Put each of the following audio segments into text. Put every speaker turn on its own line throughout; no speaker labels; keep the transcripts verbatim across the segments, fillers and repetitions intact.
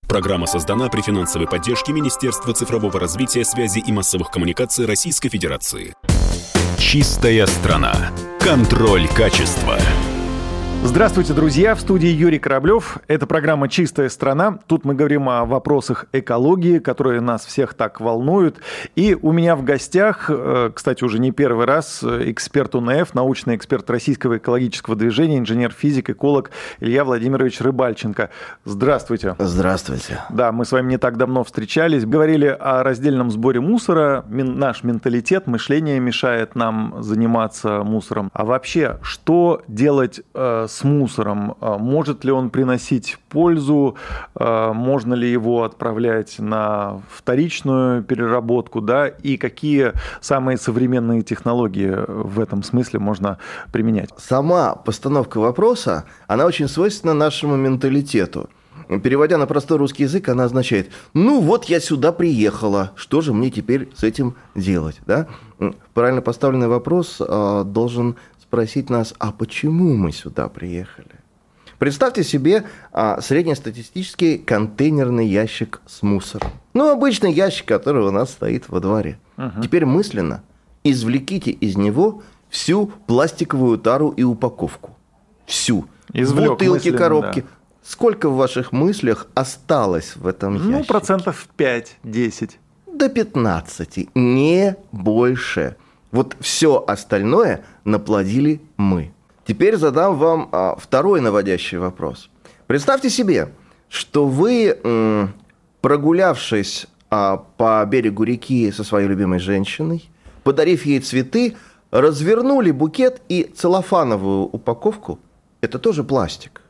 Программа создана при финансовой поддержке Министерства цифрового развития, связи и массовых коммуникаций Российской Федерации. Чистая страна. Контроль качества.
Здравствуйте, друзья! В студии Юрий Кораблев. Это программа «Чистая страна». Тут мы говорим о вопросах экологии, которые нас всех так волнуют. И у меня в гостях, кстати, уже не первый раз, эксперт У Н Ф, научный эксперт Российского экологического движения, инженер-физик, эколог Илья Владимирович Рыбальченко. Здравствуйте.
Здравствуйте.
Да, мы с вами не так давно встречались, говорили о раздельном сборе мусора. Наш менталитет, мышление мешает нам заниматься мусором. А вообще, что делать с мусором? Может ли он приносить пользу? Можно ли его отправлять на вторичную переработку? Да? И какие самые современные технологии в этом смысле можно применять?
Сама постановка вопроса, она очень свойственна нашему менталитету. Переводя на простой русский язык, она означает: ну вот я сюда приехала, что же мне теперь с этим делать? Да? Правильно поставленный вопрос э, должен спросить нас: а почему мы сюда приехали? Представьте себе а, среднестатистический контейнерный ящик с мусором. Ну, обычный ящик, который у нас стоит во дворе. Угу. Теперь мысленно извлеките из него всю пластиковую тару и упаковку. Всю.
Извлек
бутылки,
мысленно,
коробки.
Да.
Сколько в ваших мыслях осталось в этом ящике?
Ну, процентов пять-десять.
До пятнадцати, не больше. Вот все остальное наплодили мы. Теперь задам вам а, второй наводящий вопрос. Представьте себе, что вы, м, прогулявшись а, по берегу реки со своей любимой женщиной, подарив ей цветы, развернули букет и целлофановую упаковку, это тоже пластик,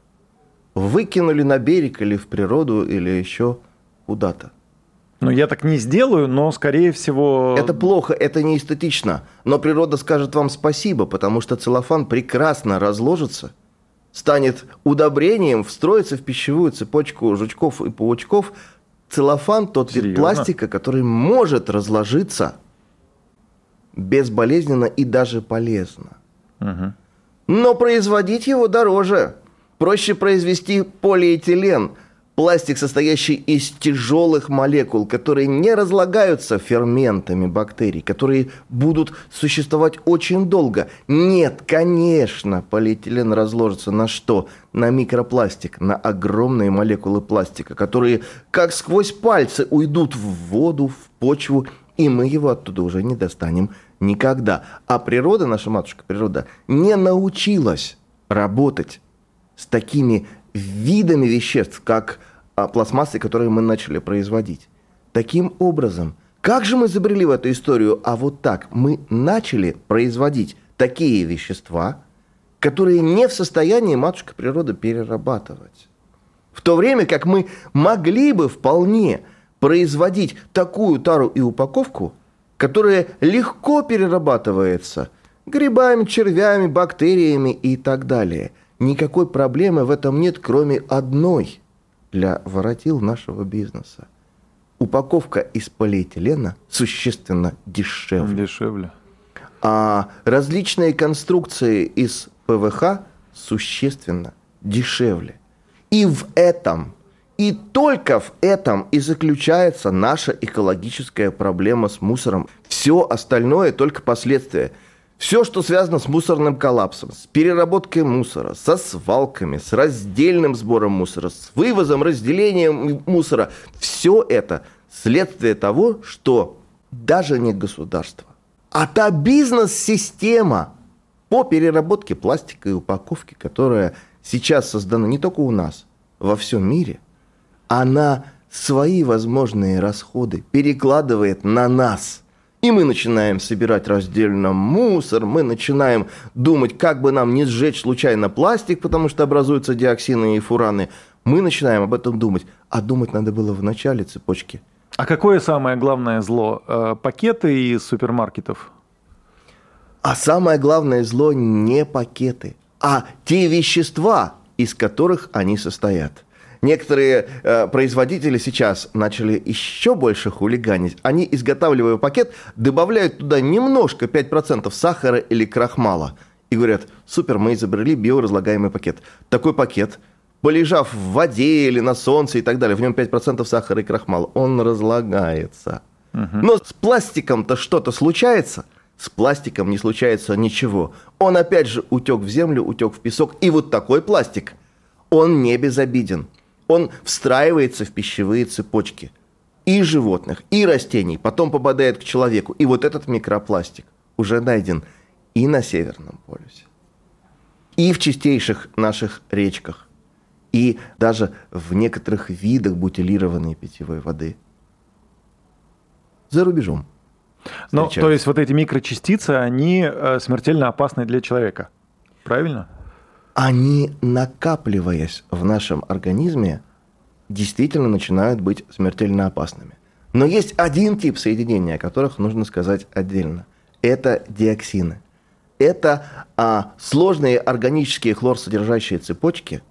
выкинули на берег или в природу, или еще куда-то.
Ну, я так не сделаю, но, скорее всего...
Это плохо, это не эстетично. Но природа скажет вам спасибо, потому что целлофан прекрасно разложится, станет удобрением, встроится в пищевую цепочку жучков и паучков. Целлофан – тот вид пластика, который может разложиться безболезненно и даже полезно. Угу. Но производить его дороже. Проще произвести полиэтилен – пластик, состоящий из тяжелых молекул, которые не разлагаются ферментами бактерий, которые будут существовать очень долго. Нет, конечно, полиэтилен разложится на что? На микропластик, на огромные молекулы пластика, которые как сквозь пальцы уйдут в воду, в почву, и мы его оттуда уже не достанем никогда. А природа, наша матушка природа, не научилась работать с такими видами веществ, как пластмассы, которые мы начали производить. Таким образом, как же мы забрели в эту историю? А вот так, мы начали производить такие вещества, которые не в состоянии матушка природа перерабатывать. В то время как мы могли бы вполне производить такую тару и упаковку, которая легко перерабатывается грибами, червями, бактериями и так далее. Никакой проблемы в этом нет, кроме одной для воротил нашего бизнеса. Упаковка из полиэтилена существенно дешевле.
Дешевле.
А различные конструкции из П В Х существенно дешевле. И в этом, и только в этом и заключается наша экологическая проблема с мусором. Все остальное только последствия. Все, что связано с мусорным коллапсом, с переработкой мусора, со свалками, с раздельным сбором мусора, с вывозом, разделением мусора, все это следствие того, что даже не государство, а та бизнес-система по переработке пластика и упаковки, которая сейчас создана не только у нас, во всем мире, она свои возможные расходы перекладывает на нас. И мы начинаем собирать раздельно мусор, мы начинаем думать, как бы нам не сжечь случайно пластик, потому что образуются диоксины и фураны. Мы начинаем об этом думать, а думать надо было в начале цепочки.
А какое самое главное зло? Пакеты из супермаркетов?
А самое главное зло не пакеты, а те вещества, из которых они состоят. Некоторые э, производители сейчас начали еще больше хулиганить. Они, изготавливая пакет, добавляют туда немножко, пять процентов сахара или крахмала. И говорят: супер, мы изобрели биоразлагаемый пакет. Такой пакет полежав в воде или на солнце и так далее, в нем пять процентов сахара и крахмала, он разлагается. Угу. Но с пластиком-то что-то случается? С пластиком не случается ничего. Он опять же утек в землю, утек в песок. И вот такой пластик, он не безобиден. Он встраивается в пищевые цепочки и животных, и растений, потом попадает к человеку. И вот этот микропластик уже найден и на Северном полюсе, и в чистейших наших речках, и даже в некоторых видах бутилированной питьевой воды. За рубежом.
Ну, то есть вот эти микрочастицы, они смертельно опасны для человека, правильно?
Они, накапливаясь в нашем организме, действительно начинают быть смертельно опасными. Но есть один тип соединений, о которых нужно сказать отдельно. Это диоксины. Это а, сложные органические хлорсодержащие цепочки,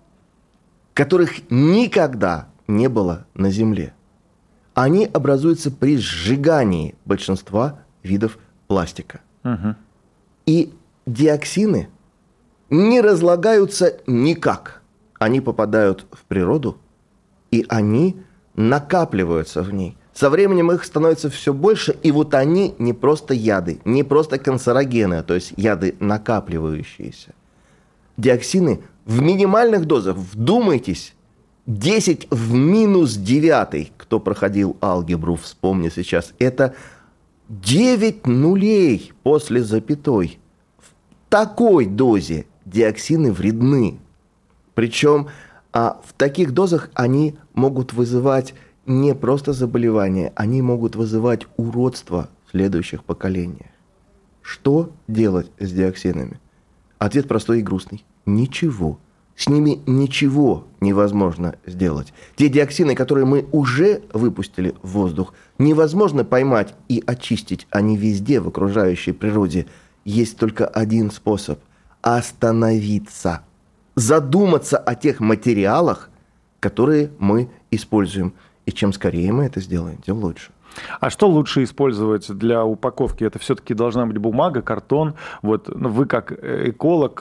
которых никогда не было на Земле. Они образуются при сжигании большинства видов пластика. Угу. И диоксины не разлагаются никак. Они попадают в природу, и они накапливаются в ней. Со временем их становится все больше, и вот они не просто яды, не просто канцерогены, то есть яды накапливающиеся. Диоксины в минимальных дозах, вдумайтесь, десять в минус девятый, кто проходил алгебру, вспомни сейчас, это девять нулей после запятой. В такой дозе диоксины вредны. Причем а в таких дозах они могут вызывать не просто заболевания, они могут вызывать уродство в следующих поколениях. Что делать с диоксинами? Ответ простой и грустный. Ничего. С ними ничего невозможно сделать. Те диоксины, которые мы уже выпустили в воздух, невозможно поймать и очистить. Они везде в окружающей природе. Есть только один способ – остановиться. Задуматься о тех материалах, которые мы используем. И чем скорее мы это сделаем, тем лучше.
А что лучше использовать для упаковки? Это все-таки должна быть бумага, картон. Вот вы как эколог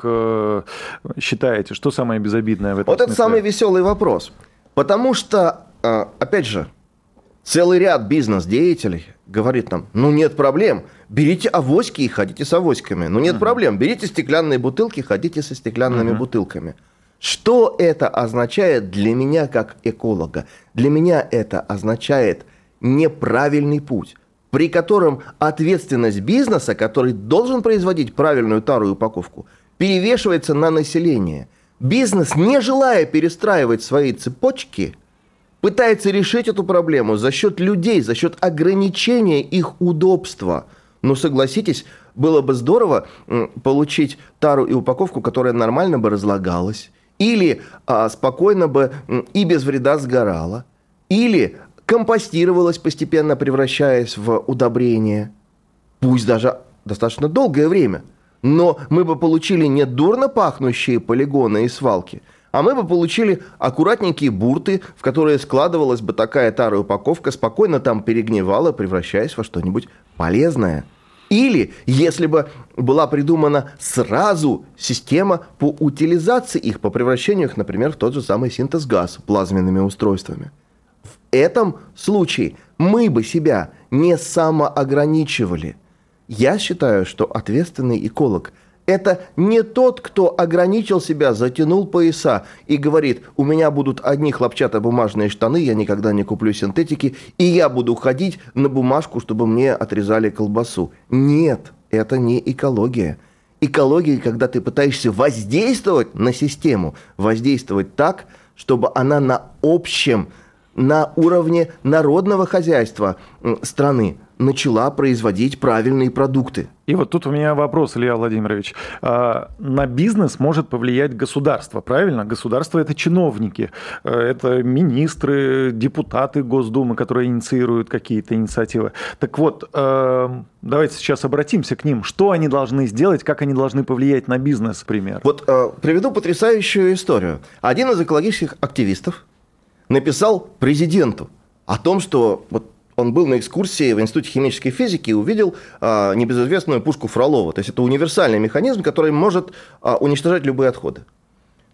считаете, что самое безобидное в этом
Вот
смысле?
Это самый веселый вопрос. Потому что, опять же, целый ряд бизнес-деятелей говорит нам, ну нет проблем, берите авоськи и ходите с авоськами. Ну нет uh-huh. проблем, берите стеклянные бутылки, ходите со стеклянными uh-huh. бутылками. Что это означает для меня как эколога? Для меня это означает неправильный путь, при котором ответственность бизнеса, который должен производить правильную тару и упаковку, перевешивается на население. Бизнес, не желая перестраивать свои цепочки, пытается решить эту проблему за счет людей, за счет ограничения их удобства. Но согласитесь, было бы здорово получить тару и упаковку, которая нормально бы разлагалась, или а, спокойно бы и без вреда сгорала, или компостировалась, постепенно превращаясь в удобрение, пусть даже достаточно долгое время. Но мы бы получили не дурно пахнущие полигоны и свалки, а мы бы получили аккуратненькие бурты, в которые складывалась бы такая тарая упаковка, спокойно там перегнивала, превращаясь во что-нибудь полезное. Или, если бы была придумана сразу система по утилизации их, по превращению их, например, в тот же самый синтез газа плазменными устройствами. В этом случае мы бы себя не самоограничивали. Я считаю, что ответственный эколог – это не тот, кто ограничил себя, затянул пояса и говорит, у меня будут одни хлопчатобумажные штаны, я никогда не куплю синтетики, и я буду ходить на бумажку, чтобы мне отрезали колбасу. Нет, это не экология. Экология, когда ты пытаешься воздействовать на систему, воздействовать так, чтобы она на общем, на уровне народного хозяйства страны начала производить правильные продукты.
И вот тут у меня вопрос, Илья Владимирович. На бизнес может повлиять государство, правильно? Государство – это чиновники, это министры, депутаты Госдумы, которые инициируют какие-то инициативы. Так вот, давайте сейчас обратимся к ним. Что они должны сделать, как они должны повлиять на бизнес, например?
Вот приведу потрясающую историю. Один из экологических активистов написал президенту о том, что вот он был на экскурсии в Институте химической физики и увидел а, небезызвестную пушку Фролова. То есть это универсальный механизм, который может а, уничтожать любые отходы.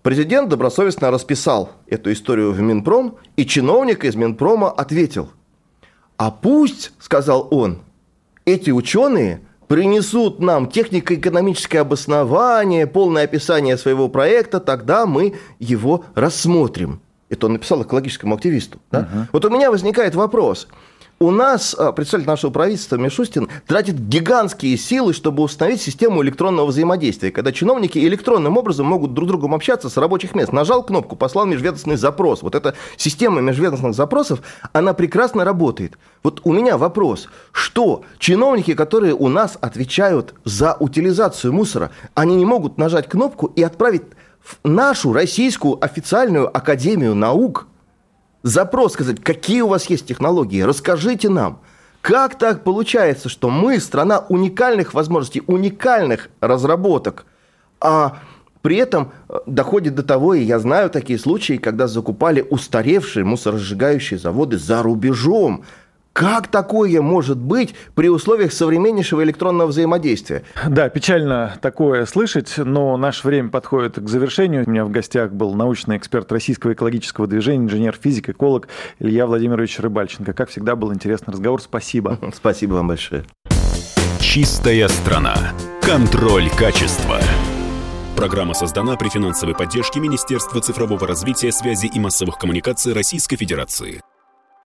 Президент добросовестно расписал эту историю в Минпром, и чиновник из Минпрома ответил: а пусть, сказал он, эти ученые принесут нам технико-экономическое обоснование, полное описание своего проекта, тогда мы его рассмотрим. Это он написал экологическому активисту. Да? Uh-huh. Вот у меня возникает вопрос. У нас представитель нашего правительства Мишустин тратит гигантские силы, чтобы установить систему электронного взаимодействия, когда чиновники электронным образом могут друг с другом общаться с рабочих мест. Нажал кнопку, послал межведомственный запрос. Вот эта система межведомственных запросов, она прекрасно работает. Вот у меня вопрос, что чиновники, которые у нас отвечают за утилизацию мусора, они не могут нажать кнопку и отправить в нашу российскую официальную академию наук запрос, сказать, какие у вас есть технологии, расскажите нам. Как так получается, что мы страна уникальных возможностей, уникальных разработок, а при этом доходит до того, и я знаю такие случаи, когда закупали устаревшие мусоросжигающие заводы за рубежом. Как такое может быть при условиях современнейшего электронного взаимодействия?
Да, печально такое слышать, но наше время подходит к завершению. У меня в гостях был научный эксперт Российского экологического движения, инженер-физик, эколог Илья Владимирович Рыбальченко. Как всегда, был интересный разговор. Спасибо.
Спасибо вам большое.
Чистая страна. Контроль качества. Программа создана при финансовой поддержке Министерства цифрового развития, связи и массовых коммуникаций Российской Федерации.